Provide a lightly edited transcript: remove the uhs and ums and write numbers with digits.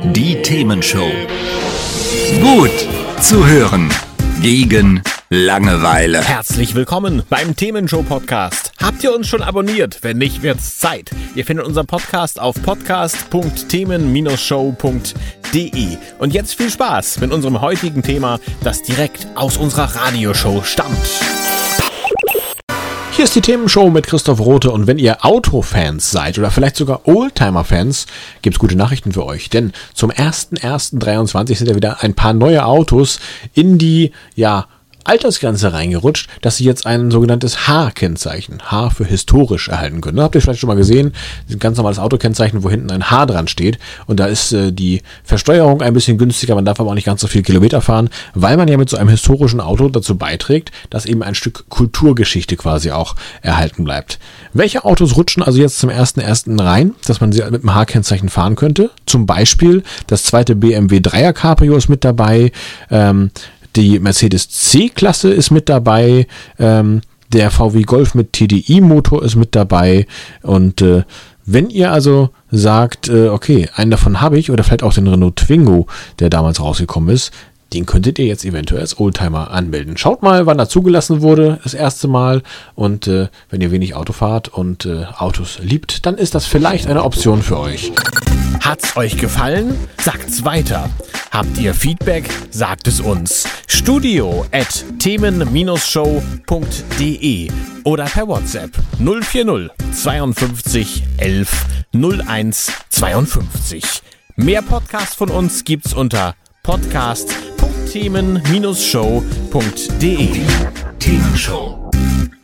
Die Themenshow. Gut zu hören. Gegen Langeweile. Herzlich willkommen beim Themenshow-Podcast. Habt ihr uns schon abonniert? Wenn nicht, wird's Zeit. Ihr findet unseren Podcast auf podcast.themen-show.de. Und jetzt viel Spaß mit unserem heutigen Thema, das direkt aus unserer Radioshow stammt. Hier ist die Themenshow mit Christoph Rothe und wenn ihr Autofans seid oder vielleicht sogar Oldtimer-Fans, gibt's gute Nachrichten für euch, denn zum 01.01.23 sind ja wieder ein paar neue Autos in die, Altersgrenze reingerutscht, dass sie jetzt ein sogenanntes H-Kennzeichen, H für historisch, erhalten können. Habt ihr vielleicht schon mal gesehen, ein ganz normales Autokennzeichen, wo hinten ein H dran steht und da ist die Versteuerung ein bisschen günstiger, man darf aber auch nicht ganz so viel Kilometer fahren, weil man ja mit so einem historischen Auto dazu beiträgt, dass eben ein Stück Kulturgeschichte quasi auch erhalten bleibt. Welche Autos rutschen also jetzt zum 1.1. rein, dass man sie mit dem H-Kennzeichen fahren könnte? Zum Beispiel das zweite BMW 3er Cabrio ist mit dabei, die Mercedes C-Klasse ist mit dabei, der VW Golf mit TDI-Motor ist mit dabei und wenn ihr also sagt, okay, einen davon habe ich oder vielleicht auch den Renault Twingo, der damals rausgekommen ist, den könntet ihr jetzt eventuell als Oldtimer anmelden. Schaut mal, wann er zugelassen wurde, das erste Mal. Und wenn ihr wenig Auto fahrt und Autos liebt, dann ist das vielleicht eine Option für euch. Hat's euch gefallen? Sagt's weiter. Habt ihr Feedback? Sagt es uns. studio@themen-show.de oder per WhatsApp 040 52 11 01 52. Mehr Podcasts von uns gibt's unter podcast.themen-show.de. Themenshow.